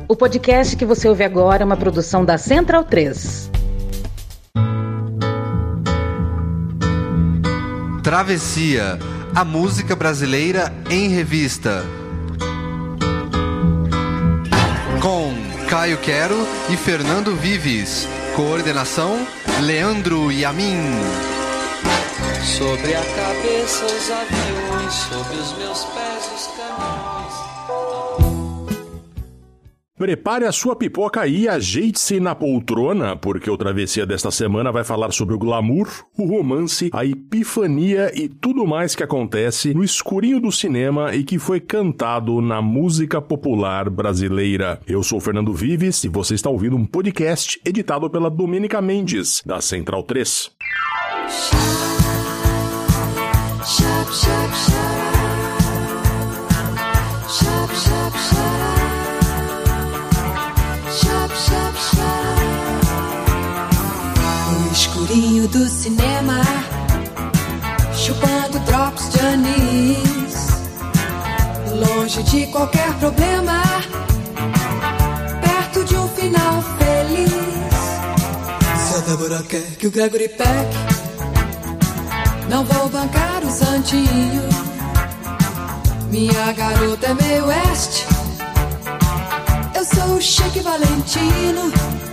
O podcast que você ouve agora é uma produção da Central 3. Travessia, a música brasileira em revista. Com Caio Quero e Fernando Vives. Coordenação, Leandro Yamin. Sobre a cabeça os aviões, sobre os meus pés os caminhões. Prepare a sua pipoca aí e ajeite-se na poltrona, porque o Travessia desta semana vai falar sobre o glamour, o romance, a epifania e tudo mais que acontece no escurinho do cinema e que foi cantado na música popular brasileira. Eu sou o Fernando Vives e você está ouvindo um podcast editado pela Domênica Mendes, da Central 3. No escurinho do cinema, chupando drops de anis, longe de qualquer problema, perto de um final feliz. Se a Débora quer que o Gregory Peck, não vou bancar o santinho. Minha garota é meio oeste, eu sou o Chique Valentino.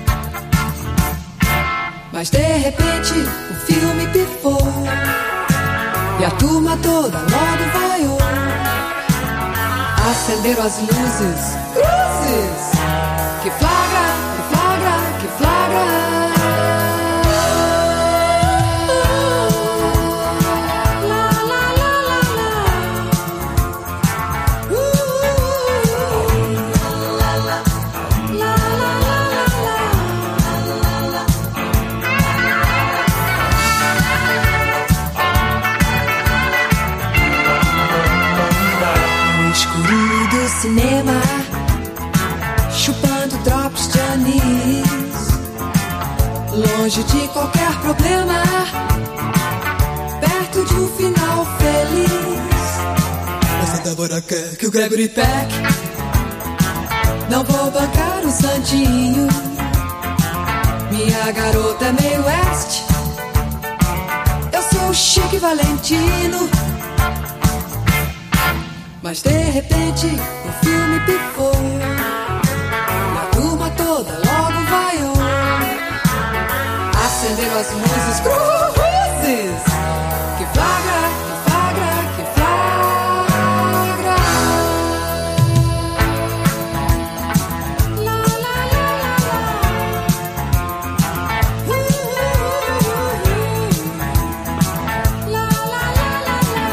Mas de repente o filme pifou e a turma toda logo vaiou. Acenderam as luzes, cruzes, que flagra, que flagra, que flagra. Cinema, chupando drops de anis, longe de qualquer problema, perto de um final feliz. Mas a Débora quer que o Gregory Peck, não vou bancar o santinho. Minha garota é meio oeste, eu sou o Chique Valentino. Mas de repente o filme pifou e a turma toda logo vaiou. Acenderam as luzes, cruzes, que flagra, que flagra, que flagra. La, la, la, la, la. La, la, la, la, la.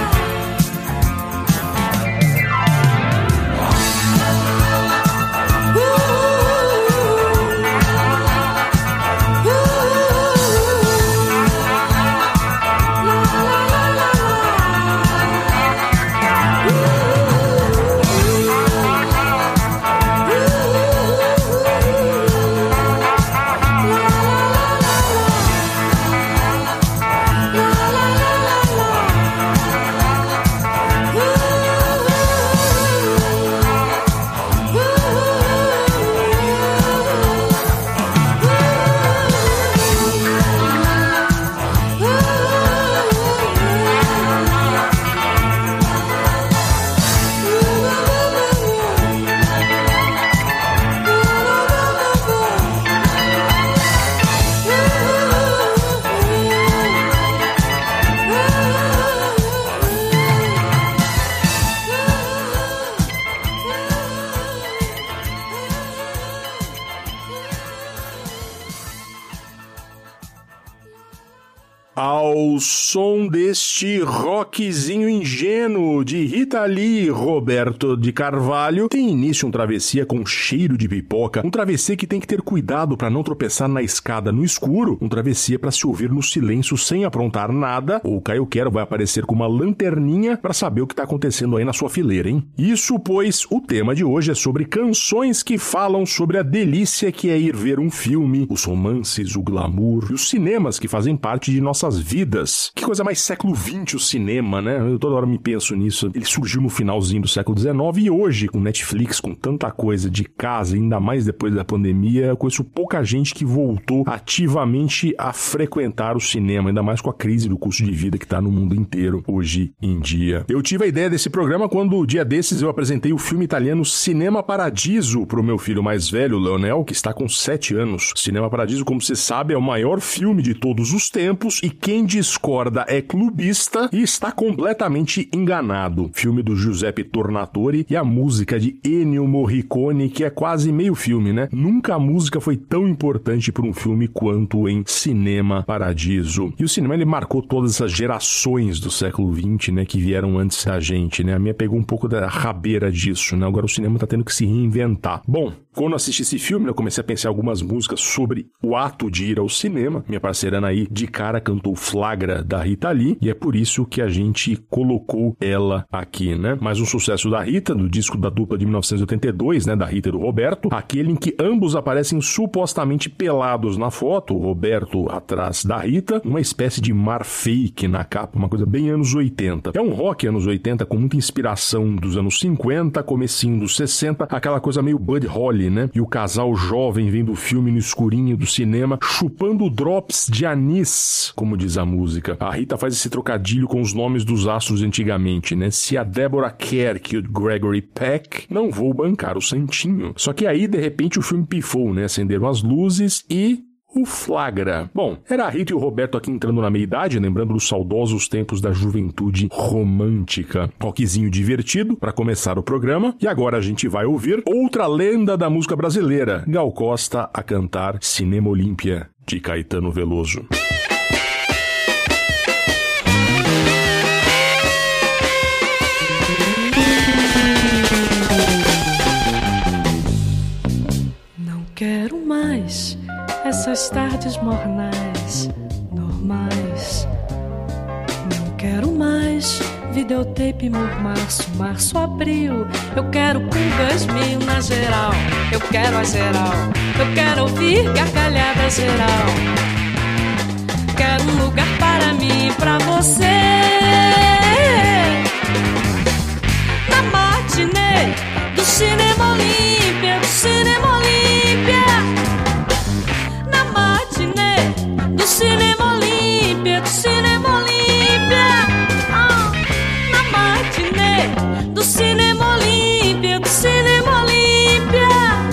Ao som deste rockzinho ingênuo de Rita Lee e Roberto de Carvalho, tem início um Travessia com cheiro de pipoca, um Travessia que tem que ter cuidado para não tropeçar na escada no escuro, um Travessia para se ouvir no silêncio sem aprontar nada. O Caio Quero vai aparecer com uma lanterninha para saber o que tá acontecendo aí na sua fileira, hein? Isso, pois o tema de hoje é sobre canções que falam sobre a delícia que é ir ver um filme, os romances, o glamour e os cinemas que fazem parte de nossa nossas vidas. Que coisa mais século XX o cinema, né? Eu toda hora me penso nisso. Ele surgiu no finalzinho do século XIX e hoje, com Netflix, com tanta coisa de casa, ainda mais depois da pandemia, eu conheço pouca gente que voltou ativamente a frequentar o cinema, ainda mais com a crise do custo de vida que está no mundo inteiro hoje em dia. Eu tive a ideia desse programa quando, dia desses, eu apresentei o filme italiano Cinema Paradiso para o meu filho mais velho, Leonel, que está com 7 anos. Cinema Paradiso, como você sabe, é o maior filme de todos os tempos e quem discorda é clubista e está completamente enganado. Filme do Giuseppe Tornatore e a música de Ennio Morricone, que é quase meio filme, né? Nunca a música foi tão importante para um filme quanto em Cinema Paradiso. E o cinema, ele marcou todas essas gerações do século XX, né, que vieram antes da gente, né? A minha pegou um pouco da rabeira disso, né? Agora o cinema tá tendo que se reinventar. Bom, quando eu assisti esse filme, eu comecei a pensar em algumas músicas sobre o ato de ir ao cinema. Minha parceira Anaí, de cara, cantou Flagra, da Rita Lee, e é por isso que a gente colocou ela aqui, né? Mais um sucesso da Rita, do disco da dupla de 1982, né? Da Rita e do Roberto, aquele em que ambos aparecem supostamente pelados na foto, o Roberto atrás da Rita, uma espécie de mar fake na capa, uma coisa bem anos 80. É um rock anos 80 com muita inspiração dos anos 50, comecinho dos 60, aquela coisa meio Buddy Holly, né? E o casal jovem vendo o filme no escurinho do cinema, chupando drops de anis, como diz a música. A Rita faz esse trocadilho com os nomes dos astros de antigamente, né? Se a Deborah quer que o Gregory Peck, não vou bancar o santinho. Só que aí, de repente, o filme pifou, né? Acenderam as luzes e... o Flagra. Bom, era a Rita e o Roberto aqui entrando na meia-idade, lembrando dos saudosos tempos da juventude romântica. Rockzinho divertido para começar o programa. E agora a gente vai ouvir outra lenda da música brasileira, Gal Costa a cantar Cinema Olímpia, de Caetano Veloso. Não quero mais essas tardes mornais, normais. Não quero mais videotape março, abril. Eu quero pulgas mil na geral. Eu quero a geral. Eu quero ouvir gargalhada geral. Quero um lugar para mim e pra você. Na matinê do Cinema Olímpia, do Cinema Olímpia. Do Cinema Olímpia, do Cinema Olímpia. Na matinê do Cinema Olímpia, do Cinema Olímpia.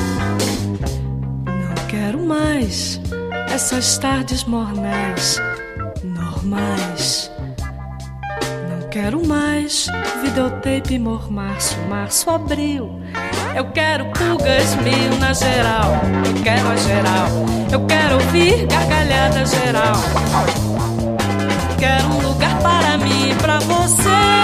Não quero mais essas tardes mornais, normais. Não quero mais videotape março, abril. Eu quero pulgas mil na geral. Eu quero a geral. Eu quero ouvir gargalhada geral. Quero um lugar para mim e pra você.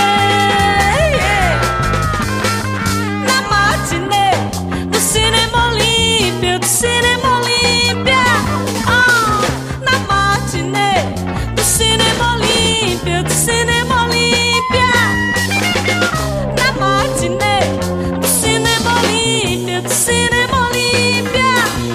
Na matinê do Cinema Olímpia, do Cinema Olímpia. Na matinê do Cinema Olímpia, do Cinema Olímpia. Na matinê do Cinema Olímpia, do Cinema Olímpia.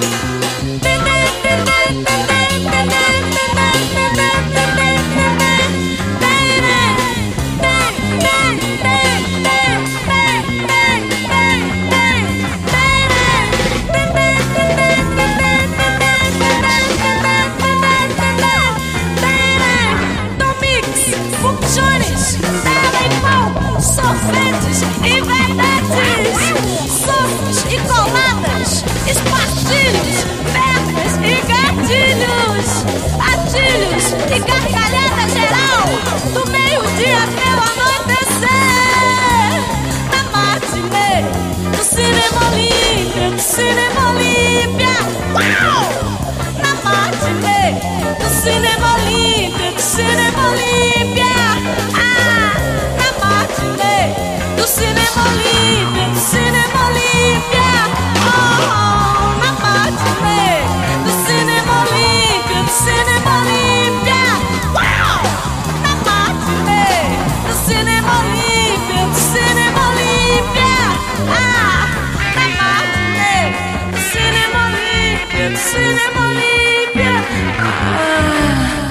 Sorvetes e verdetes, socos e coladas, espartilhos, pernas e gatilhos, atilhos e gargalhada geral, do meio-dia até o anoitecer. Na matinê do Cinema Olímpia, do Cinema Olímpia. Uau! Na matinê do Cinema Olímpia, do Cinema Olímpia. Do Cinema Olímpia, do Cinema Olímpia. Na matinê do Cinema Olímpia, do Cinema Olímpia. Uau! Na matinê do Cinema Olímpia, do Cinema Olímpia. Na matinê do Cinema Olímpia, do Cinema Olímpia.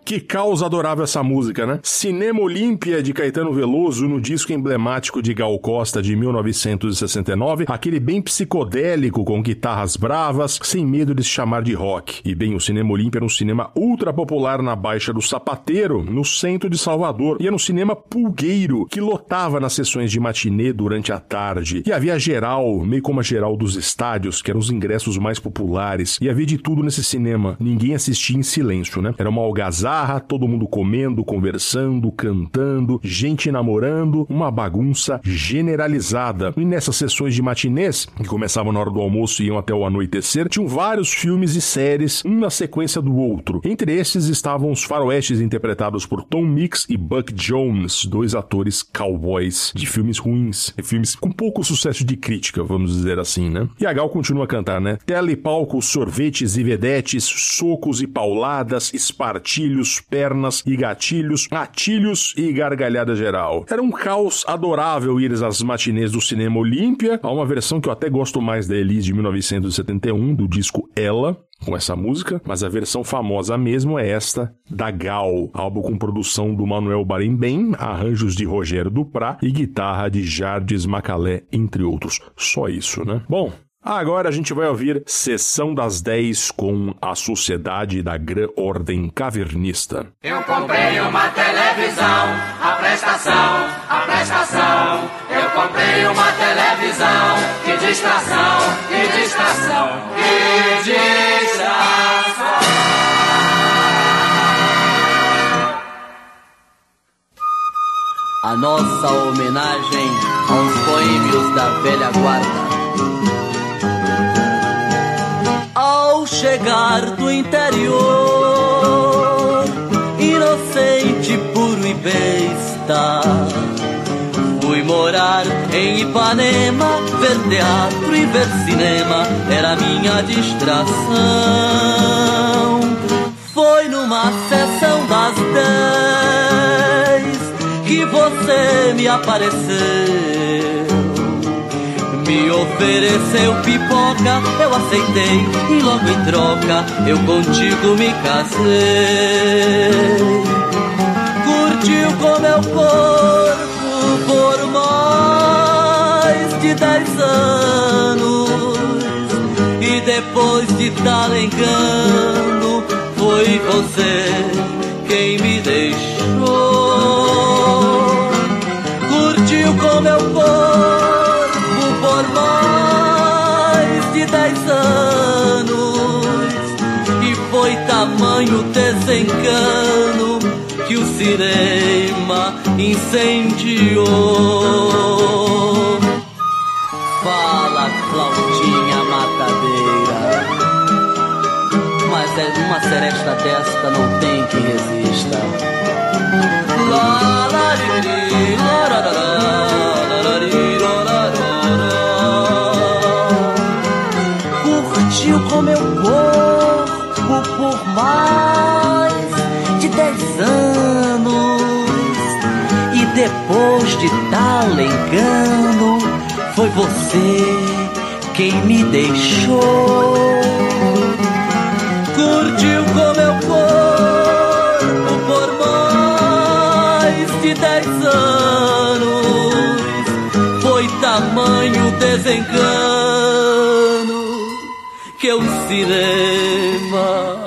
Que causa adorável essa música, né? Cinema Olímpia, de Caetano Veloso, no disco emblemático de Gal Costa, de 1969, aquele bem psicodélico, com guitarras bravas, sem medo de se chamar de rock. E bem, o Cinema Olímpia era um cinema ultra popular na Baixa do Sapateiro, no centro de Salvador, e era um cinema pulgueiro, que lotava nas sessões de matinê durante a tarde. E havia geral, meio como a geral dos estádios, que eram os ingressos mais populares, e havia de tudo nesse cinema. Ninguém assistia em silêncio, né? Era uma algazarra, todo mundo comendo, conversando, cantando, gente namorando, uma bagunça generalizada. E nessas sessões de matinês, que começavam na hora do almoço e iam até o anoitecer, tinham vários filmes e séries, um na sequência do outro. Entre esses estavam os faroestes interpretados por Tom Mix e Buck Jones, dois atores cowboys de filmes ruins, filmes com pouco sucesso de crítica, vamos dizer assim, né? E a Gal continua a cantar, né? Tela e palco, sorvetes e vedetes, socos e pauladas, espartilhos, pernas e gatilhos, atilhos e gargalhada geral. Era um caos adorável ir às matinês do Cinema Olímpia. Há uma versão que eu até gosto mais da Elis de 1971, do disco Ela, com essa música, mas a versão famosa mesmo é esta da Gal, álbum com produção do Manuel Barembem, arranjos de Rogério Duprá e guitarra de Jardes Macalé, entre outros. Só isso, né? Bom, agora a gente vai ouvir Sessão das 10 com a Sociedade da Grã Ordem Cavernista. Eu comprei uma televisão, a prestação. Eu comprei uma televisão, que distração. A nossa homenagem aos boêmios da velha guarda. Ao chegar do interior, inocente, puro e besta, fui morar em Ipanema, ver teatro e ver cinema, era minha distração. Foi numa sessão das 10 que você me apareceu. Me ofereceu pipoca, eu aceitei e logo em troca eu contigo me casei. Curtiu com meu corpo por mais de 10 anos e depois de tal engano foi você quem me deixou. Curtiu com meu corpo por mais de 10 anos e foi tamanho desencano que o cinema incendiou. Fala, Claudinha Matadeira, mas é uma seresta desta não tem que resista. La la li, la la la la li, la la la. Curtiu com meu corpo por mais de 10 anos e depois de tal engano foi você quem me deixou. Curtiu com meu corpo por mais de 10 anos, foi tamanho desencano que o cinema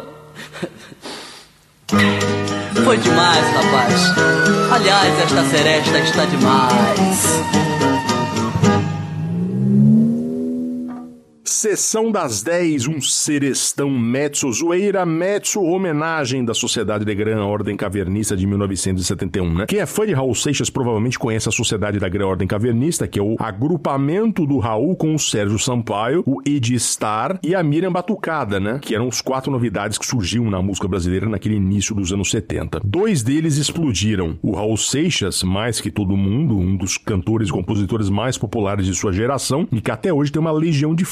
foi demais, rapaz. Aliás, esta seresta está demais. Sessão das 10, um serestão mezzo zoeira, mezzo homenagem da Sociedade da Grã Ordem Cavernista de 1971, né? Quem é fã de Raul Seixas provavelmente conhece a Sociedade da Grã Ordem Cavernista, que é o agrupamento do Raul com o Sérgio Sampaio, o Edi Star e a Miriam Batucada, né? Que eram os 4 novidades que surgiam na música brasileira naquele início dos anos 70. 2 deles explodiram. O Raul Seixas, mais que todo mundo, um dos cantores e compositores mais populares de sua geração, e que até hoje tem uma legião de fãs.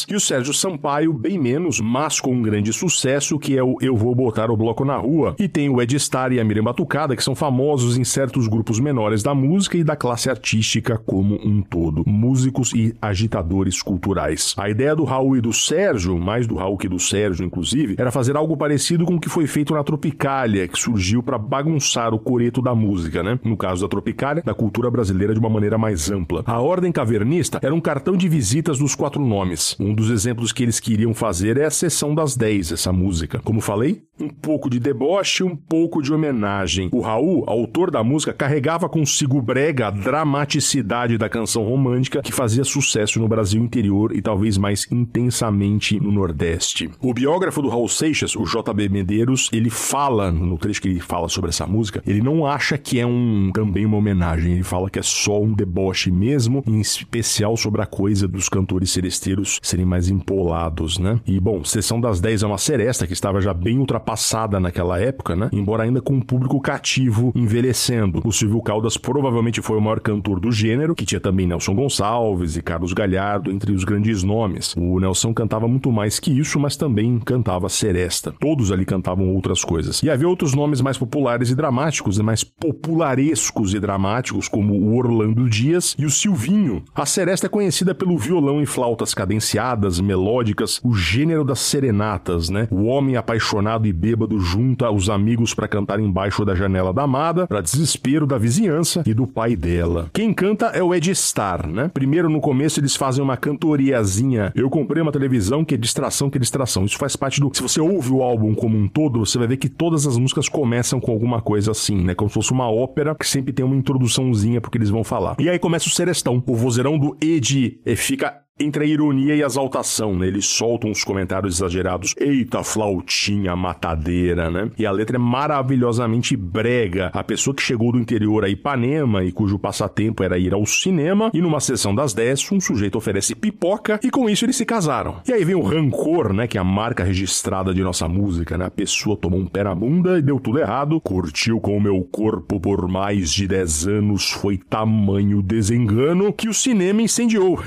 E o Sérgio Sampaio, bem menos, mas com um grande sucesso, que é o Eu Vou Botar o Bloco na Rua. E tem o Ed Star e a Miriam Batucada, que são famosos em certos grupos menores da música e da classe artística como um todo. Músicos e agitadores culturais. A ideia do Raul e do Sérgio, mais do Raul que do Sérgio, inclusive, era fazer algo parecido com o que foi feito na Tropicália, que surgiu para bagunçar o coreto da música, né? No caso da Tropicália, da cultura brasileira de uma maneira mais ampla. A Ordem Cavernista era um cartão de visitas dos 4 nomes. Um dos exemplos que eles queriam fazer é a Sessão das 10, essa música. Como falei, um pouco de deboche, um pouco de homenagem. O Raul, autor da música, carregava consigo brega a dramaticidade da canção romântica que fazia sucesso no Brasil interior e talvez mais intensamente no Nordeste. O biógrafo do Raul Seixas, o J.B. Medeiros, ele fala, no trecho que ele fala sobre essa música, ele não acha que é também uma homenagem, ele fala que é só um deboche mesmo, em especial sobre a coisa dos cantores seresteiros serem mais empolados, né? E, bom, Sessão das 10 é uma seresta que estava já bem ultrapassada naquela época, né? Embora ainda com um público cativo envelhecendo. O Silvio Caldas provavelmente foi o maior cantor do gênero, que tinha também Nelson Gonçalves e Carlos Galhardo entre os grandes nomes. O Nelson cantava muito mais que isso, mas também cantava seresta. Todos ali cantavam outras coisas. E havia outros nomes mais populares e dramáticos, mais popularescos e dramáticos, como o Orlando Dias e o Silvinho. A seresta é conhecida pelo violão e flautas cadenciadas, melódicas, o gênero das serenatas, né? O homem apaixonado e bêbado junta os amigos para cantar embaixo da janela da amada, para desespero da vizinhança e do pai dela. Quem canta é o Ed Star, né? Primeiro, no começo, eles fazem uma cantoriazinha. Eu comprei uma televisão, que é distração, que é distração. Isso faz parte do... Se você ouve o álbum como um todo, você vai ver que todas as músicas começam com alguma coisa assim, né? Como se fosse uma ópera que sempre tem uma introduçãozinha porque eles vão falar. E aí começa o serestão. O vozeirão do Ed fica entre a ironia e a exaltação, né? Eles soltam uns comentários exagerados. Eita, flautinha matadeira, né? E a letra é maravilhosamente brega. A pessoa que chegou do interior a Ipanema e cujo passatempo era ir ao cinema, e numa sessão das 10, um sujeito oferece pipoca e com isso eles se casaram. E aí vem o rancor, né? Que é a marca registrada de nossa música, né? A pessoa tomou um pé na bunda e deu tudo errado. Curtiu com o meu corpo por mais de 10 anos. Foi tamanho desengano que o cinema incendiou.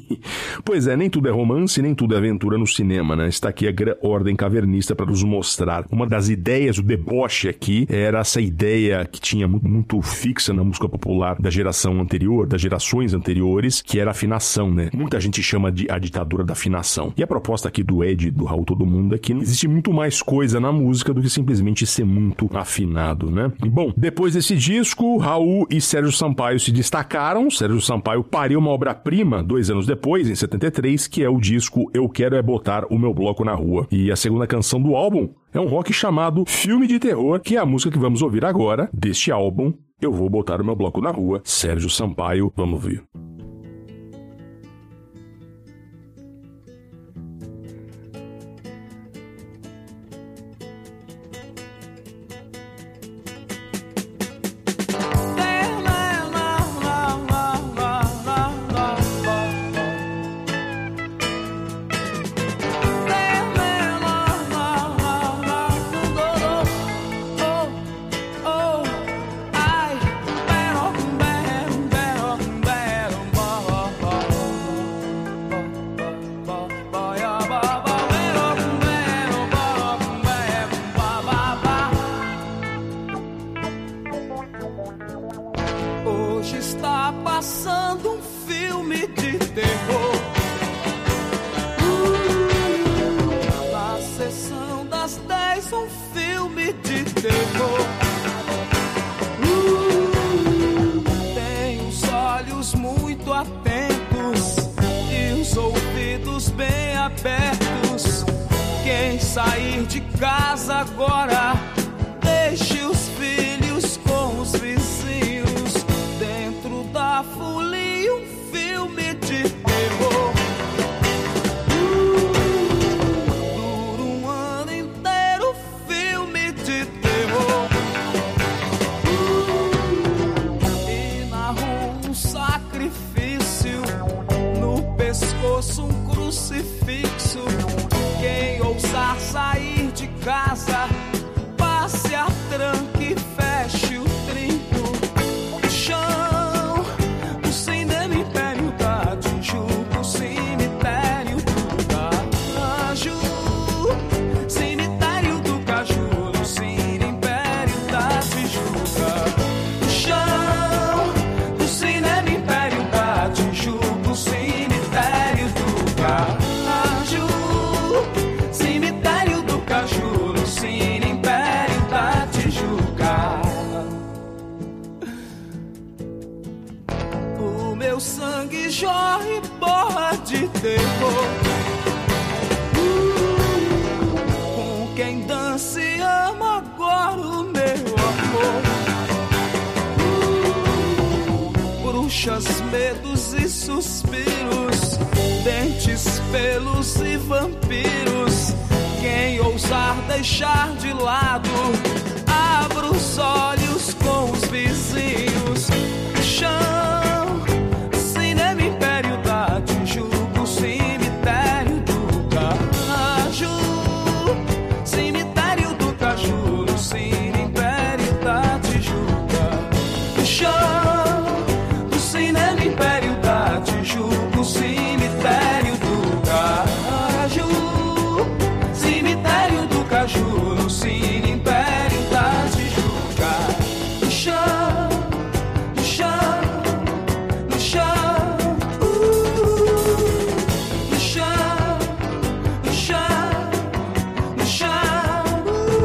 Pois é, nem tudo é romance, nem tudo é aventura no cinema, né? Está aqui a Ordem Cavernista para nos mostrar. Uma das ideias, o deboche aqui, era essa ideia que tinha muito fixa na música popular da geração anterior, das gerações anteriores, que era a afinação, né? Muita gente chama de a ditadura da afinação. E a proposta aqui do Ed, do Raul Todo Mundo, é que existe muito mais coisa na música do que simplesmente ser muito afinado, né? E, bom, depois desse disco, Raul e Sérgio Sampaio se destacaram. Sérgio Sampaio pariu uma obra-prima 2 anos depois, em 73, que é o disco Eu Quero É Botar o Meu Bloco na Rua. E a segunda canção do álbum é um rock chamado Filme de Terror, que é a música que vamos ouvir agora, deste álbum, Eu Vou Botar o Meu Bloco na Rua, Sérgio Sampaio. Vamos ver. Hoje está passando um filme de terror na sessão das 10, um filme de terror. Tem os olhos muito atentos e os ouvidos bem abertos. Quem sair de casa agora, deixe os filhos com os vizinhos. Dentro da folia, um filme de terror. Dura um ano inteiro, filme de terror. E na rua um sacrifício, no pescoço um crucifixo. Quem ousar sair de casa, passe a tranca e feche o trinco. O chão, o cinema império da Tijuca, o cemitério da meu sangue jorre borra de terror. Com quem dança e ama agora o meu amor. Bruxas, medos e suspiros, dentes, pelos e vampiros. Quem ousar deixar de lado, abra os olhos com os vizinhos. Chão, cinema, império da Tijuca, cemitério do Caju. Cemitério do Caju, no cine, império da Tijuca. Chão, do cinema, império da Tijuca, cemitério do Caju. Cemitério do Caju, no cine, império da Tijuca. No chão, no chão, no chão, no chão, no chão, no chão,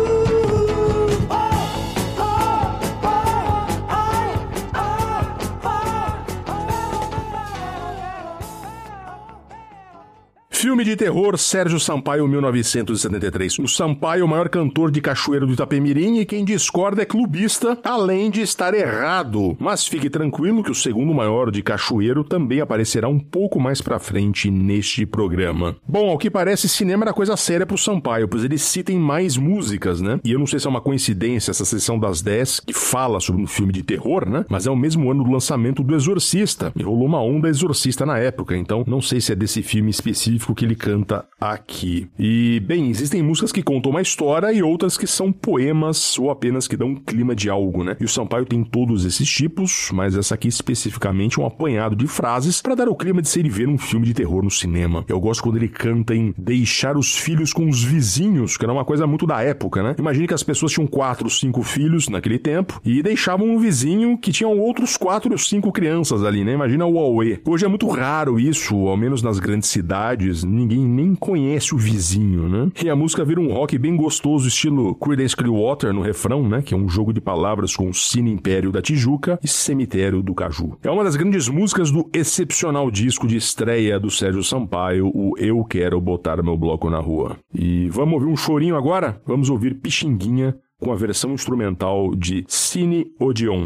Filme de terror, Sérgio Sampaio, 1973. O Sampaio é o maior cantor de Cachoeiro do Itapemirim e quem discorda é clubista, além de estar errado. Mas fique tranquilo que o segundo maior de Cachoeiro também aparecerá um pouco mais pra frente neste programa. Bom, ao que parece, cinema era coisa séria pro Sampaio, pois ele cita em mais músicas, né? E eu não sei se é uma coincidência essa sessão das 10 que fala sobre um filme de terror, né? Mas é o mesmo ano do lançamento do Exorcista. E rolou uma onda exorcista na época, então não sei se é desse filme específico que ele canta aqui. E, bem, existem músicas que contam uma história e outras que são poemas ou apenas que dão um clima de algo, né? E o Sampaio tem todos esses tipos, mas essa aqui especificamente é um apanhado de frases para dar o clima de se ele ver um filme de terror no cinema. Eu gosto quando ele canta em deixar os filhos com os vizinhos, que era uma coisa muito da época, né? Imagine que as pessoas tinham 4 ou 5 filhos naquele tempo e deixavam um vizinho que tinha outros 4 ou 5 crianças ali, né? Imagina o Aue. Hoje é muito raro isso, ao menos nas grandes cidades, ninguém nem conhece o vizinho, né? E a música vira um rock bem gostoso, estilo Creedence Clearwater no refrão, né? Que é um jogo de palavras com Cine Império da Tijuca e Cemitério do Caju. É uma das grandes músicas do excepcional disco de estreia do Sérgio Sampaio, o Eu Quero Botar Meu Bloco na Rua. E vamos ouvir um chorinho agora? Vamos ouvir Pixinguinha com a versão instrumental de Cine Odeon.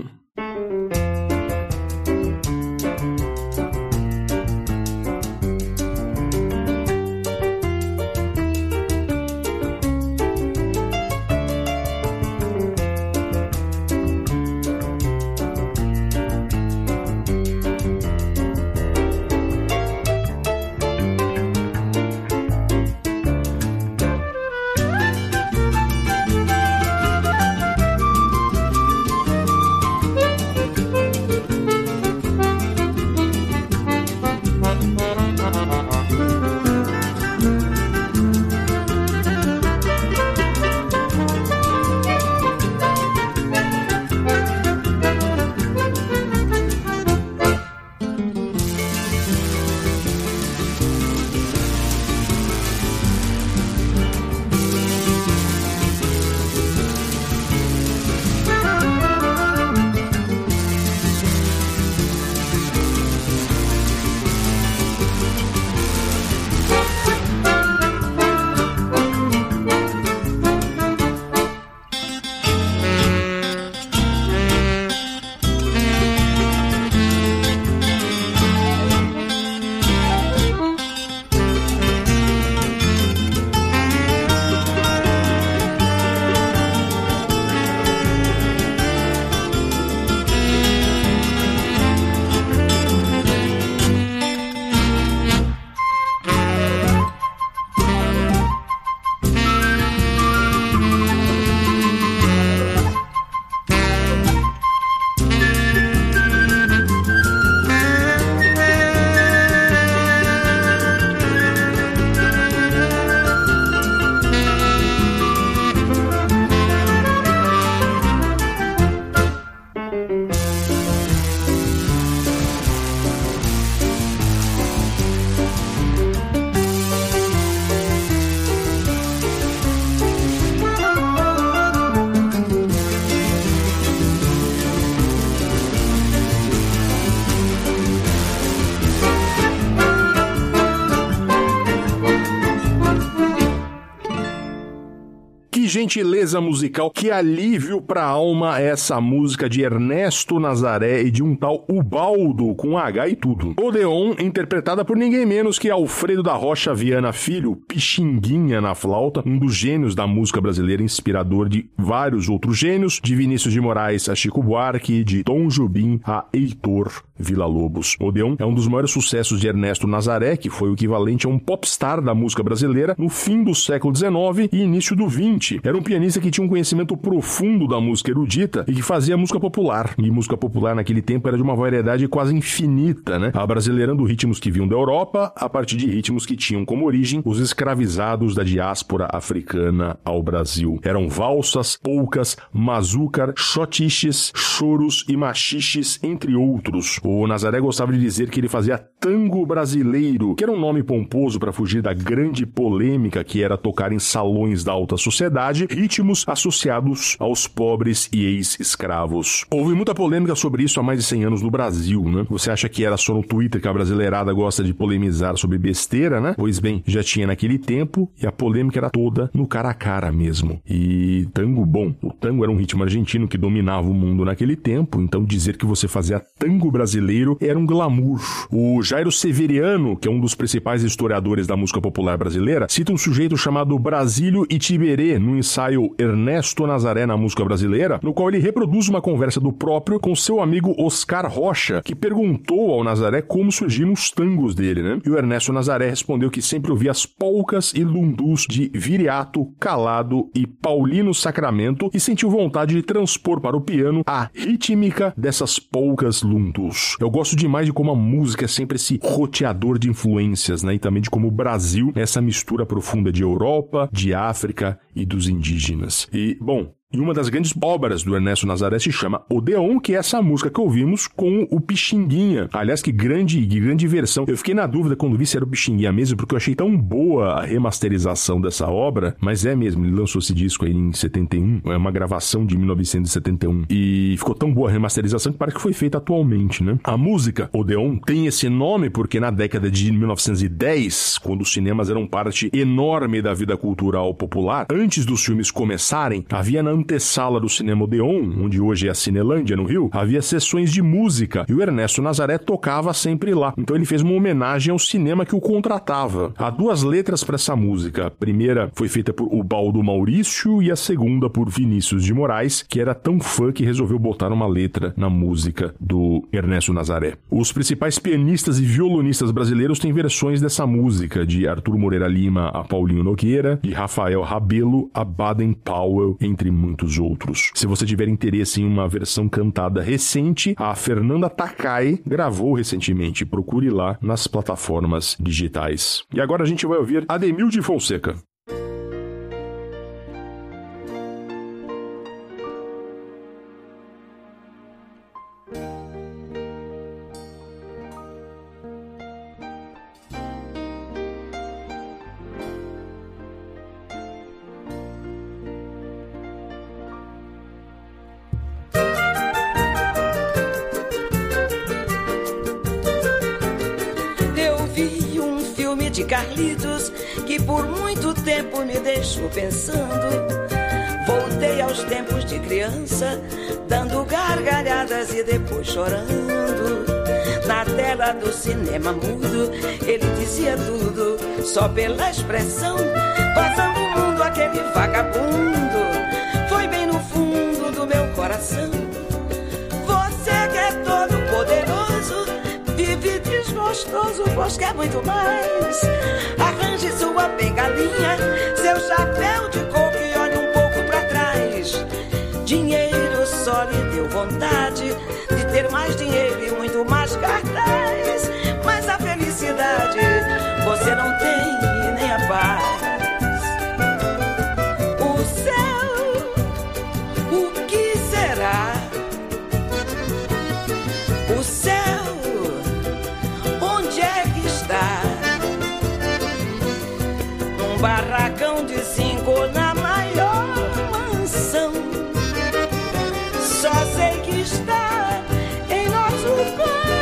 gentileza musical, que alívio pra alma essa música de Ernesto Nazaré e de um tal Ubaldo, com H e tudo. Odeon, interpretada por ninguém menos que Alfredo da Rocha Viana Filho, Pixinguinha na flauta, um dos gênios da música brasileira, inspirador de vários outros gênios, de Vinícius de Moraes a Chico Buarque, de Tom Jobim a Heitor Villa-Lobos. Odeon é um dos maiores sucessos de Ernesto Nazaré, que foi o equivalente a um popstar da música brasileira no fim do século XIX e início do XX. Era um pianista que tinha um conhecimento profundo da música erudita e que fazia música popular. E música popular naquele tempo era de uma variedade quase infinita, né? Abrasileirando ritmos que vinham da Europa a partir de ritmos que tinham como origem os escravizados da diáspora africana ao Brasil. Eram valsas, polcas, mazúcar, xotiches, choros e machiches, entre outros. O Nazaré gostava de dizer que ele fazia tango brasileiro, que era um nome pomposo para fugir da grande polêmica que era tocar em salões da alta sociedade, ritmos associados aos pobres e ex-escravos. Houve muita polêmica sobre isso há mais de 100 anos no Brasil, né? Você acha que era só no Twitter que a brasileirada gosta de polemizar sobre besteira, né? Pois bem, já tinha naquele tempo e a polêmica era toda no cara a cara mesmo. E tango, bom, o tango era um ritmo argentino que dominava o mundo naquele tempo, então dizer que você fazia tango brasileiro era um glamour. O Jairo Severiano, que é um dos principais historiadores da música popular brasileira, cita um sujeito chamado Brasílio Itiberê no ensaio Ernesto Nazaré na música brasileira, no qual ele reproduz uma conversa do próprio com seu amigo Oscar Rocha, que perguntou ao Nazaré como surgiram os tangos dele, né? E o Ernesto Nazaré respondeu que sempre ouvia as polcas e lundus de Viriato, Calado e Paulino Sacramento e sentiu vontade de transpor para o piano a rítmica dessas polcas lundus. Eu gosto demais de como a música é sempre esse roteador de influências, né? E também de como o Brasil é essa mistura profunda de Europa, de África e dos indígenas. E, bom, e uma das grandes obras do Ernesto Nazaré se chama Odeon, que é essa música que ouvimos com o Pixinguinha. Aliás, que grande versão. Eu fiquei na dúvida quando vi se era o Pixinguinha mesmo, porque eu achei tão boa a remasterização dessa obra, mas é mesmo, ele lançou esse disco aí em 71, é uma gravação de 1971, e ficou tão boa a remasterização que parece que foi feita atualmente, né? A música Odeon tem esse nome porque na década de 1910, quando os cinemas eram parte enorme da vida cultural popular, antes dos filmes começarem, havia na antessala do Cinema Odeon, onde hoje é a Cinelândia, no Rio, havia sessões de música e o Ernesto Nazaré tocava sempre lá. Então ele fez uma homenagem ao cinema que o contratava. Há duas letras para essa música. A primeira foi feita por Ubaldo Maurício e a segunda por Vinícius de Moraes, que era tão fã que resolveu botar uma letra na música do Ernesto Nazaré. Os principais pianistas e violonistas brasileiros têm versões dessa música, de Arthur Moreira Lima a Paulinho Nogueira, de Rafael Rabelo a Baden Powell, entre muitos outros. Se você tiver interesse em uma versão cantada recente, a Fernanda Takai gravou recentemente. Procure lá nas plataformas digitais. E agora a gente vai ouvir Ademilde Fonseca. De Carlitos, que por muito tempo me deixou pensando. Voltei aos tempos de criança, dando gargalhadas e depois chorando. Na tela do cinema mudo, ele dizia tudo, só pela expressão, passando o mundo aquele vagabundo. Foi bem no fundo do meu coração. Você que é todo poderoso, vive desgostoso, pois quer muito mais. Arranje sua bengalinha, seu chapéu de coco e olhe um pouco pra trás. Dinheiro só lhe deu vontade de ter mais dinheiro e muito mais cartaz. Mas a felicidade você não tem nem a paz. O céu, o que será? O céu, barracão de 5 na maior mansão. Só sei que está em nosso coração.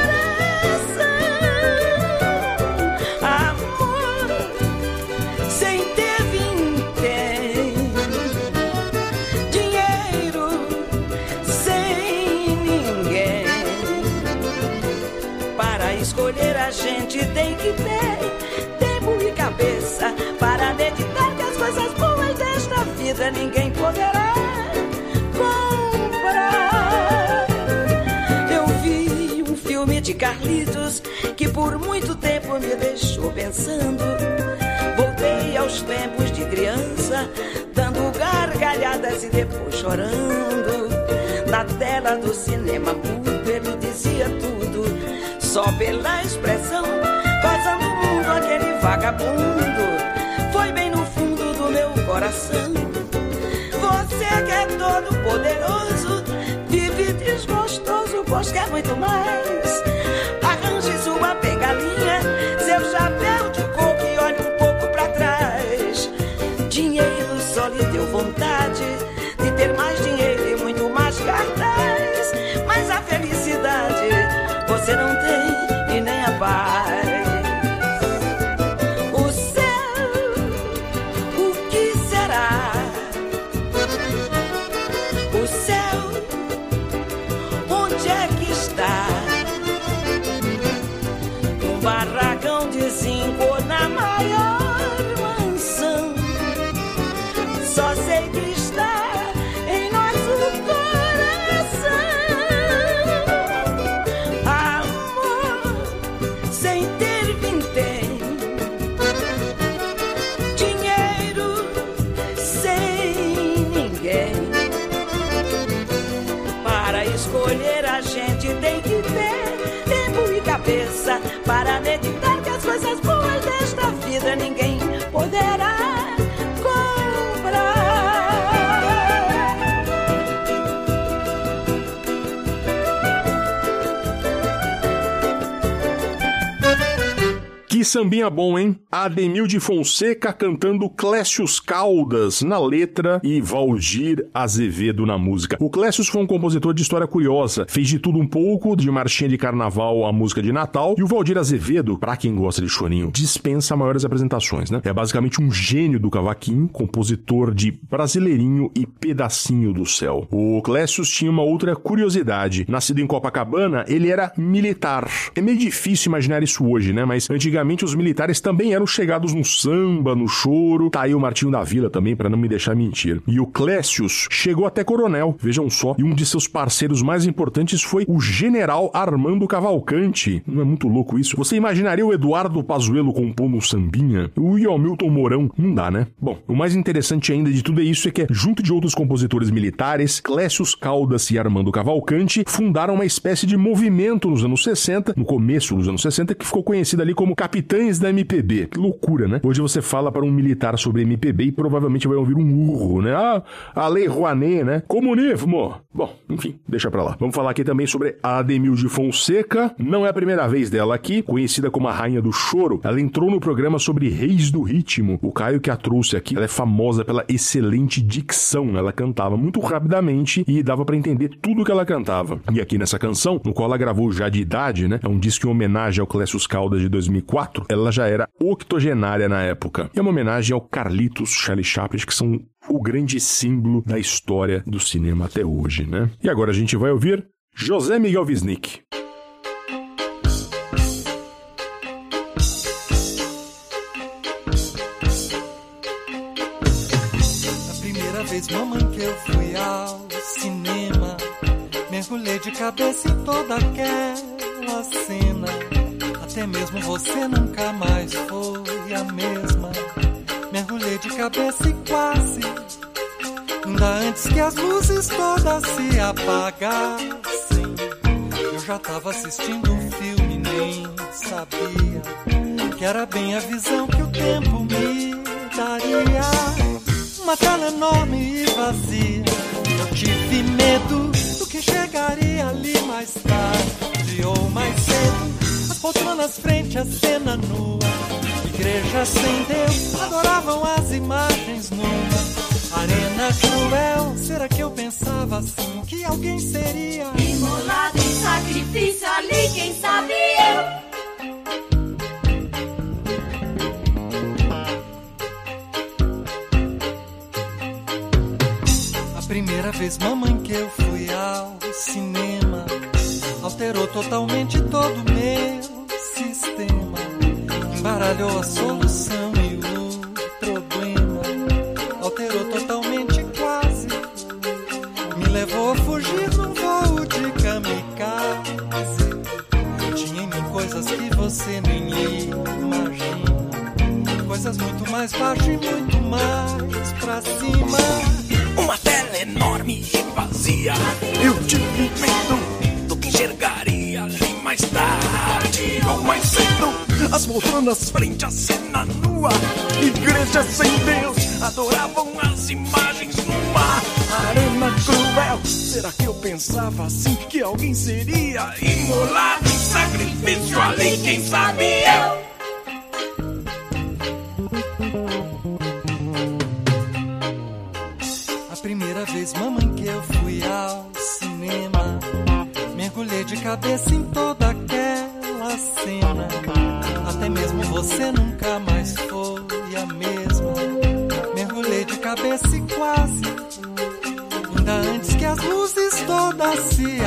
escolher a gente tem que ter tempo e cabeça para meditar que as coisas boas desta vida ninguém poderá comprar. Eu vi um filme de Carlitos que por muito tempo me deixou pensando. Voltei aos tempos de criança, dando gargalhadas e depois chorando. Na tela do cinema mudo ele dizia tudo, só pela expressão, gozando o mundo aquele vagabundo. Foi bem no fundo do meu coração. Você que é todo poderoso, vive desgostoso, pois quer muito mais. Arranje sua bengalinha, seu chapéu de coco e olhe um pouco pra trás. Dinheiro só lhe deu vontade de ter mais dinheiro e muito mais cartaz, mas a felicidade você não tem e nem a paz. O céu, o que será? O céu, onde é que está? Um barracão de 5 na maior mansão. Só sei que está em nosso coração. Amor sem ter vintém, dinheiro sem ninguém. Para escolher a gente tem que ter tempo e cabeça para meditar que as coisas boas desta vida ninguém poderá comprar. Que sambinha bom, hein? Ademil de Fonseca cantando Clécius Caldas na letra e Valdir Azevedo na música. O Clécius foi um compositor de história curiosa, fez de tudo um pouco, de marchinha de carnaval a música de Natal, e o Valdir Azevedo, pra quem gosta de chorinho, dispensa maiores apresentações, né? É basicamente um gênio do cavaquinho, compositor de Brasileirinho e Pedacinho do Céu. O Clécius tinha uma outra curiosidade. Nascido em Copacabana, ele era militar. É meio difícil imaginar isso hoje, né? Mas antigamente os militares também eram chegados no samba, no choro. Tá aí o Martinho da Vila também, pra não me deixar mentir. E o Clécius chegou até coronel, vejam só. E um de seus parceiros mais importantes foi o general Armando Cavalcante. Não é muito louco isso? Você imaginaria o Eduardo Pazuello compondo um sambinha? O Hamilton Mourão? Não dá, né? Bom, o mais interessante ainda de tudo isso é que, junto de outros compositores militares, Clécius Caldas e Armando Cavalcante fundaram uma espécie de movimento nos anos 60, no começo dos anos 60, que ficou conhecido ali como Capitães da MPB. Que loucura, né? Hoje você fala para um militar sobre MPB e provavelmente vai ouvir um urro, né? Ah, a Lei Rouanet, né? Comunismo! Bom, enfim, deixa pra lá. Vamos falar aqui também sobre a Ademil de Fonseca. Não é a primeira vez dela aqui. Conhecida como a Rainha do Choro, ela entrou no programa sobre Reis do Ritmo. O Caio que a trouxe aqui, ela é famosa pela excelente dicção. Ela cantava muito rapidamente e dava pra entender tudo que ela cantava. E aqui nessa canção, no qual ela gravou já de idade, né? É um disco em homenagem ao Clécius Caldas de 2004. Ela já era octogenária na época. E é uma homenagem ao Carlitos, Charlie Chaplin, que são o grande símbolo da história do cinema até hoje, né? E agora a gente vai ouvir José Miguel Wisnik. A primeira vez, mamãe, que eu fui ao cinema, mergulhei de cabeça em toda aquela cena. Até mesmo você nunca mais foi a mesma. Mergulhei de cabeça e quase, ainda antes que as luzes todas se apagassem, eu já tava assistindo um filme, nem sabia que era bem a visão que o tempo me daria. Uma tela enorme e vazia. Eu tive medo do que chegaria ali mais tarde ou mais cedo. As poltronas frente à cena nua, igreja sem Deus, adoravam as imagens numa arena cruel. Será que eu pensava assim, que alguém seria imolado em sacrifício ali, quem sabe eu? A primeira vez, mamãe, que eu fui ao cinema alterou totalmente todo o meu sistema, embaralhou a solução e o problema, alterou totalmente quase, me levou a fugir num voo de kamikaze. Tinha em mim coisas que você nem imagina, coisas muito mais baixo e muito mais pra cima. Uma tela enorme e vazia, eu tive medo do que enxergaria ali mais tarde ou mais cedo. As poltronas frente à cena nua, igrejas sem Deus adoravam as imagens numa arena cruel. Será que eu pensava assim que alguém seria imolado em sacrifício ali? Quem sabe eu? A primeira vez, mamãe, que eu fui ao cinema, mergulhei de cabeça em toda aquela cena. Até mesmo você nunca mais foi a mesma. Mergulhei de cabeça e quase, ainda antes que as luzes todas se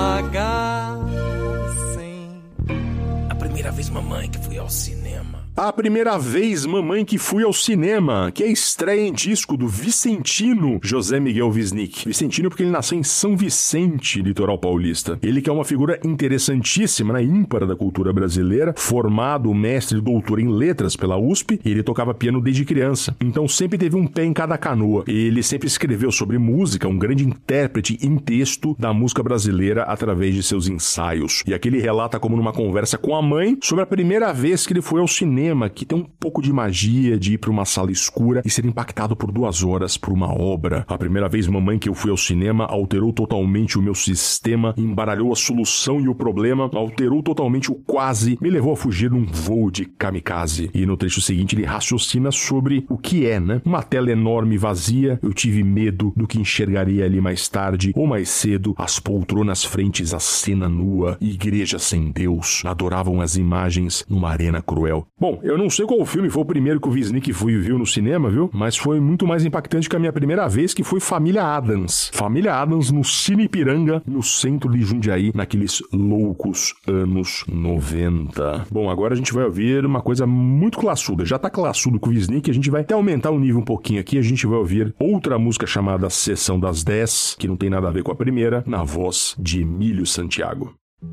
apagassem. A primeira vez, mamãe, que fui ao cinema. A primeira vez, mamãe, que fui ao cinema, que é a estreia em disco do vicentino José Miguel Wisnik. Vicentino porque ele nasceu em São Vicente, litoral paulista. Ele que é uma figura interessantíssima, né, ímpar da cultura brasileira, formado, mestre e doutor em letras pela USP, e ele tocava piano desde criança. Então sempre teve um pé em cada canoa. Ele sempre escreveu sobre música, um grande intérprete em texto da música brasileira através de seus ensaios. E aqui ele relata como numa conversa com a mãe sobre a primeira vez que ele foi ao cinema, que tem um pouco de magia de ir para uma sala escura e ser impactado por 2 horas por uma obra. A primeira vez, mamãe, que eu fui ao cinema alterou totalmente o meu sistema, embaralhou a solução e o problema, alterou totalmente o quase, me levou a fugir num voo de kamikaze. E no trecho seguinte ele raciocina sobre o que é, né? Uma tela enorme e vazia, eu tive medo do que enxergaria ali mais tarde ou mais cedo, as poltronas frentes à cena nua, igrejas sem Deus, adoravam as imagens numa arena cruel. Bom, eu não sei qual filme foi o primeiro que o Wisnik viu no cinema, viu? Mas foi muito mais impactante que a minha primeira vez, que foi Família Addams. Família Addams no Cine Ipiranga, no centro de Jundiaí, naqueles loucos anos 90. Bom, agora a gente vai ouvir uma coisa muito classuda. Já tá classudo com o Wisnik, a gente vai até aumentar o nível um pouquinho aqui. A gente vai ouvir outra música chamada Sessão das 10, que não tem nada a ver com a primeira, na voz de Emílio Santiago.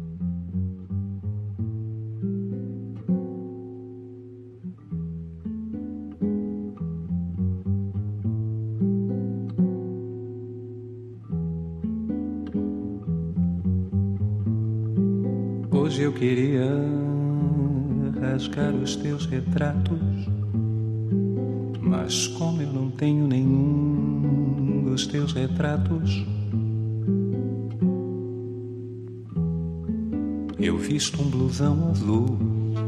Hoje eu queria rasgar os teus retratos, mas como eu não tenho nenhum dos teus retratos, eu visto um blusão azul.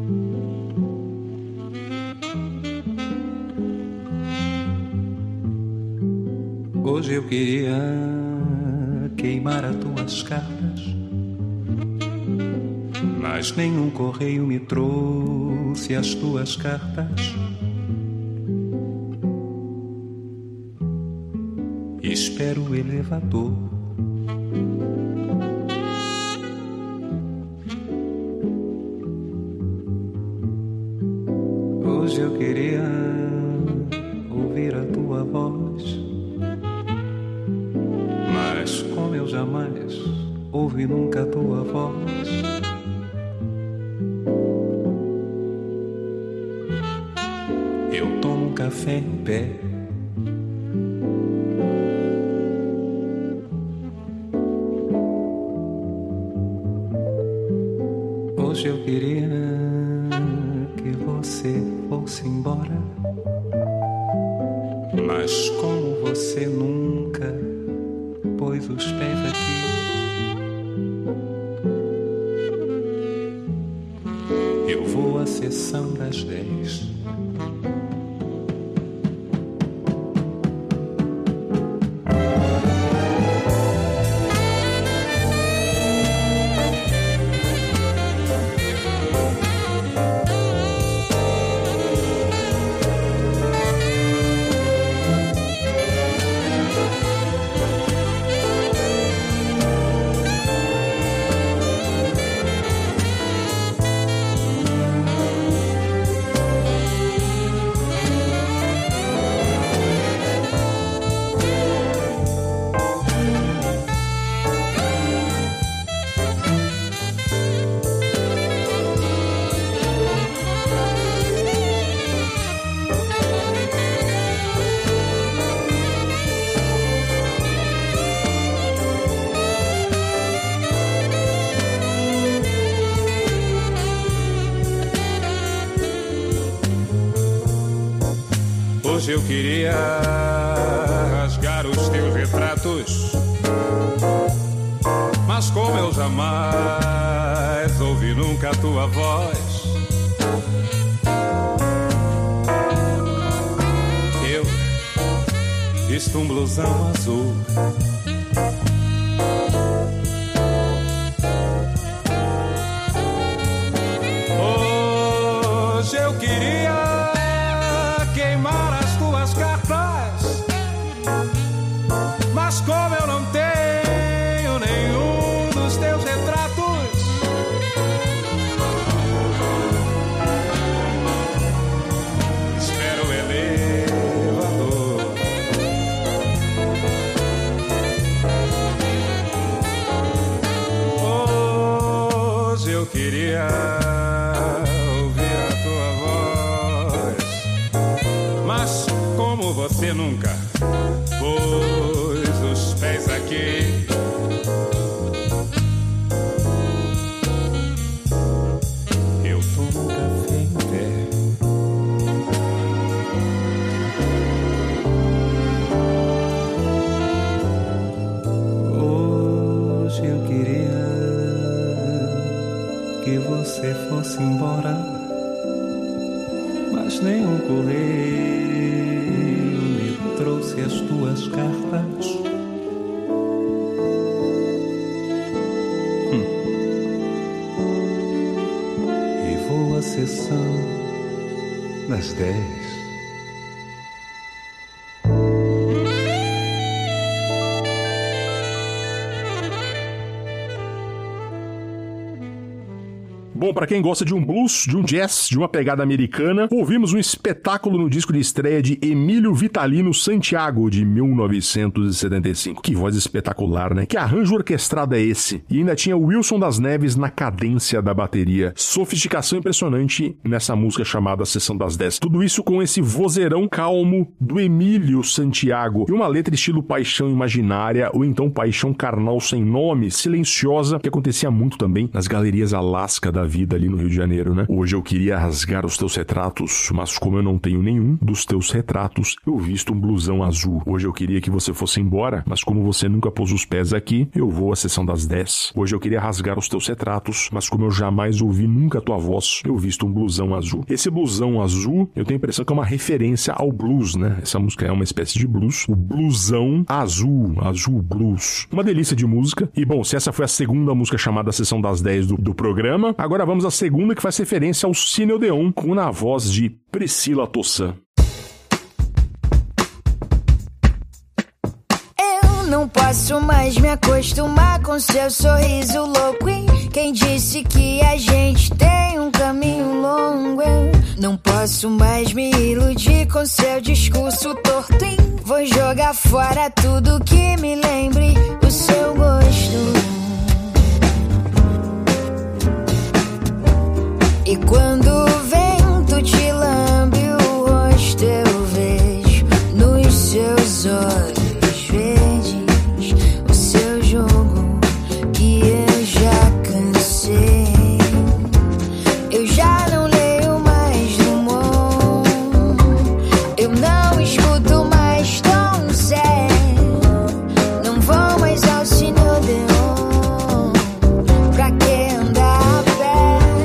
Hoje eu queria queimar as tuas cartas, mas nenhum correio me trouxe as tuas cartas. Espero o elevador. Hoje eu queria ouvir a tua voz, mas como eu jamais ouvi nunca a tua voz, eu tomo um café em pé. Hoje eu queria que você fosse embora, mas como você nunca pôs os pés aqui, eu vou à sessão das 10. Hoje eu queria rasgar os teus retratos, mas como eu jamais ouvi nunca a tua voz, eu visto um blusão azul. Hoje eu queria queimar as tuas cartas, mas como eu não tenho nenhum dos teus retratos, espero o elevador. Hoje eu queria ouvir a tua voz, mas como você nunca pôs os pés aqui, eu tomo um café em pé. Hoje eu queria que você fosse embora, mas nenhum correio me trouxe as tuas cartas. E vou à sessão das 10. Bom, pra quem gosta de um blues, de um jazz, de uma pegada americana, ouvimos um espetáculo no disco de estreia de Emílio Vitalino Santiago, de 1975. Que voz espetacular, né? Que arranjo orquestrado é esse? E ainda tinha Wilson das Neves na cadência da bateria. Sofisticação impressionante nessa música chamada Sessão das 10. Tudo isso com esse vozeirão calmo do Emílio Santiago. E uma letra estilo Paixão Imaginária, ou então Paixão Carnal Sem Nome, silenciosa, que acontecia muito também nas galerias Alaska da vida ali no Rio de Janeiro, né? Hoje eu queria rasgar os teus retratos, mas como eu não tenho nenhum dos teus retratos, eu visto um blusão azul. Hoje eu queria que você fosse embora, mas como você nunca pôs os pés aqui, eu vou à sessão das 10. Hoje eu queria rasgar os teus retratos, mas como eu jamais ouvi nunca a tua voz, eu visto um blusão azul. Esse blusão azul, eu tenho a impressão que é uma referência ao blues, né? Essa música é uma espécie de blues. O blusão azul, azul blues. Uma delícia de música. E bom, se essa foi a segunda música chamada Sessão das 10 do programa, agora vamos à segunda, que faz referência ao Cine Odeon, com na voz de Priscila Tossan. Eu não posso mais me acostumar com seu sorriso louco. E quem disse que a gente tem um caminho longo? Eu não posso mais me iludir com seu discurso torto. E vou jogar fora tudo que me lembre o seu gosto. E quando o vento te lambe o rosto, eu vejo nos seus olhos verdes o seu jogo que eu já cansei. Eu já não leio mais Drummond, eu não escuto mais Tom Zé, não vou mais ao Cine Odeon, pra que andar a pé?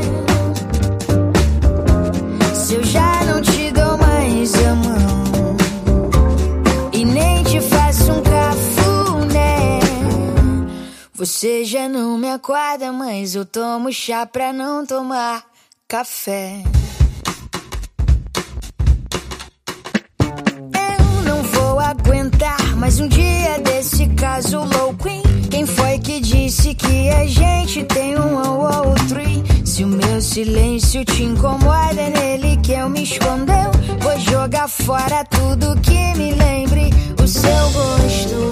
Eu já não te dou mais a mão e nem te faço um cafuné. Você já não me acorda, mas eu tomo chá pra não tomar café. Eu não vou aguentar mais um dia desse caso louco. Quem foi que disse que a gente tem um ao outro? Se o meu silêncio te incomoda, é nele que eu me escondeu. Vou jogar fora tudo que me lembre o seu gosto.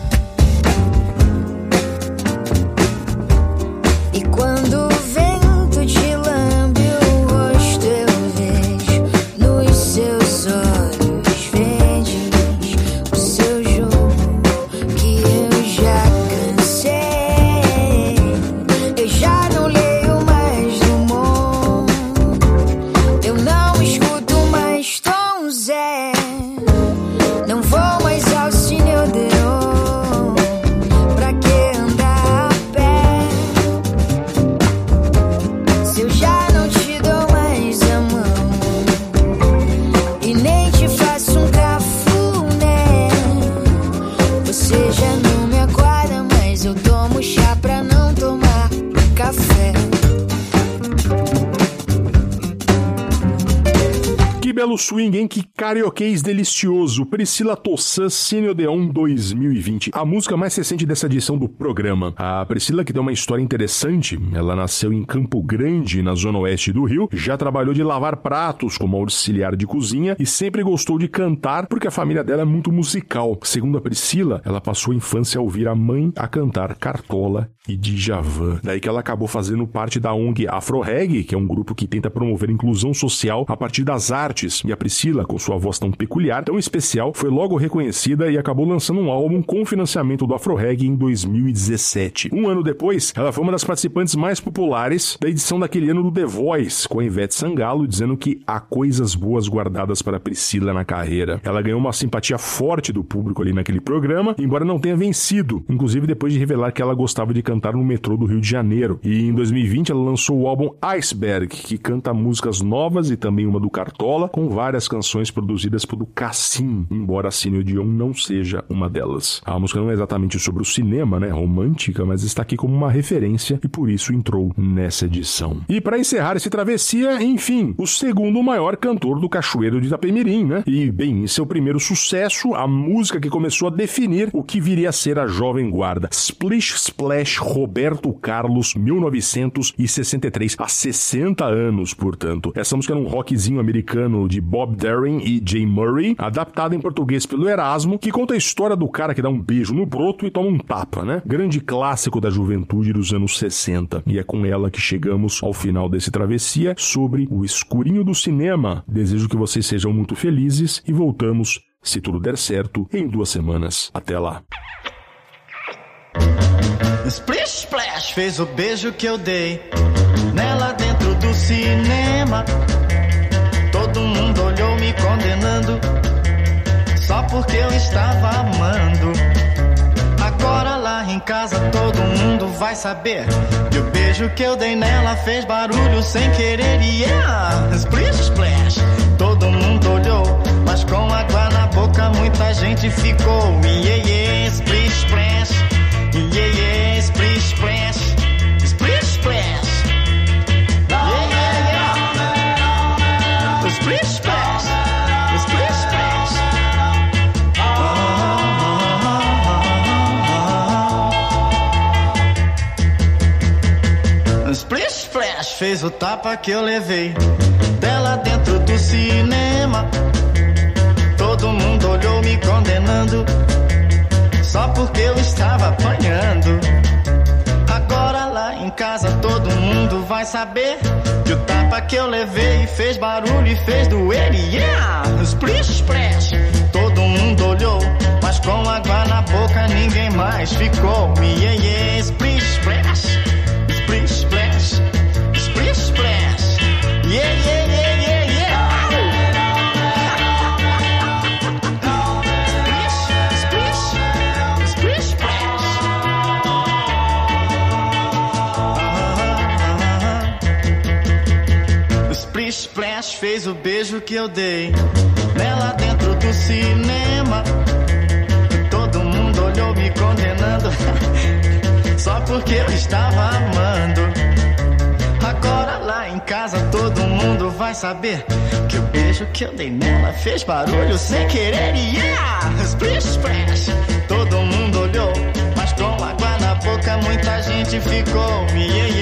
E quando o vento te lambe o rosto, eu vejo nos seus olhos verdes o seu jogo que eu já cansei. Eu já não leio mais Drummond, eu não escuto mais Tom Zé, belo swing, hein? Que carioquês delicioso. Priscila Tossan, Cine Odeon 2020. A música mais recente dessa edição do programa. A Priscila, que tem uma história interessante, ela nasceu em Campo Grande, na zona oeste do Rio, já trabalhou de lavar pratos como auxiliar de cozinha e sempre gostou de cantar porque a família dela é muito musical. Segundo a Priscila, ela passou a infância a ouvir a mãe a cantar Cartola e Djavan. Daí que ela acabou fazendo parte da ONG Afro-Reg, que é um grupo que tenta promover a inclusão social a partir das artes. E a Priscila, com sua voz tão peculiar, tão especial, foi logo reconhecida e acabou lançando um álbum com financiamento do Afro-Reg em 2017. Um ano depois, ela foi uma das participantes mais populares da edição daquele ano do The Voice, com a Ivete Sangalo, dizendo que há coisas boas guardadas para a Priscila na carreira. Ela ganhou uma simpatia forte do público ali naquele programa, embora não tenha vencido, inclusive depois de revelar que ela gostava de cantar no metrô do Rio de Janeiro. E em 2020 ela lançou o álbum Iceberg, que canta músicas novas e também uma do Cartola, com várias canções produzidas pelo Cassim, embora Cine Odeon não seja uma delas. A música não é exatamente sobre o cinema, né, romântica, mas está aqui como uma referência e por isso entrou nessa edição. E para encerrar esse travessia, enfim, o segundo maior cantor do Cachoeiro de Itapemirim, né? E, bem, em seu primeiro sucesso, a música que começou a definir o que viria a ser a Jovem Guarda. Splish Splash Roberto Carlos, 1963, há 60 anos, portanto. Essa música era um rockzinho americano de Bob Darin e Jay Murray, adaptada em português pelo Erasmo, que conta a história do cara que dá um beijo no broto e toma um tapa, né? Grande clássico da juventude dos anos 60. E é com ela que chegamos ao final desse travessia sobre o escurinho do cinema. Desejo que vocês sejam muito felizes e voltamos, se tudo der certo, em 2 semanas. Até lá. Splish Splash fez o beijo que eu dei nela dentro do cinema. Todo mundo olhou me condenando só porque eu estava amando. Agora lá em casa todo mundo vai saber que o beijo que eu dei nela fez barulho sem querer. Yeah! Splish Splash, todo mundo olhou, mas com água na boca muita gente ficou. Yeah, yeah, Splish Splash, yeah, yeah, Splish Splash, Splish Splash, yeah, yeah, yeah, Splish Splash, Splish Splash. Splish Splash fez o tapa que eu levei dela dentro do cinema. Todo mundo olhou me condenando só porque eu estava apanhando. Agora lá em casa todo mundo vai saber que o tapa que eu levei fez barulho e fez doer. Yeah! Splish Splash, todo mundo olhou, mas com água na boca ninguém mais ficou. Yeah, yeah, Splish Splash, Splish Splash, Splish Splash, yeah, yeah, yeah, yeah, yeah. Splish Splash fez o beijo que eu dei nela dentro do cinema. Todo mundo olhou me condenando só porque eu estava amando. Agora lá em casa todo mundo vai saber que o beijo que eu dei nela fez barulho sem querer. Yeah! Splish Splash, todo mundo olhou, mas com água na boca muita gente ficou. Yeah, yeah.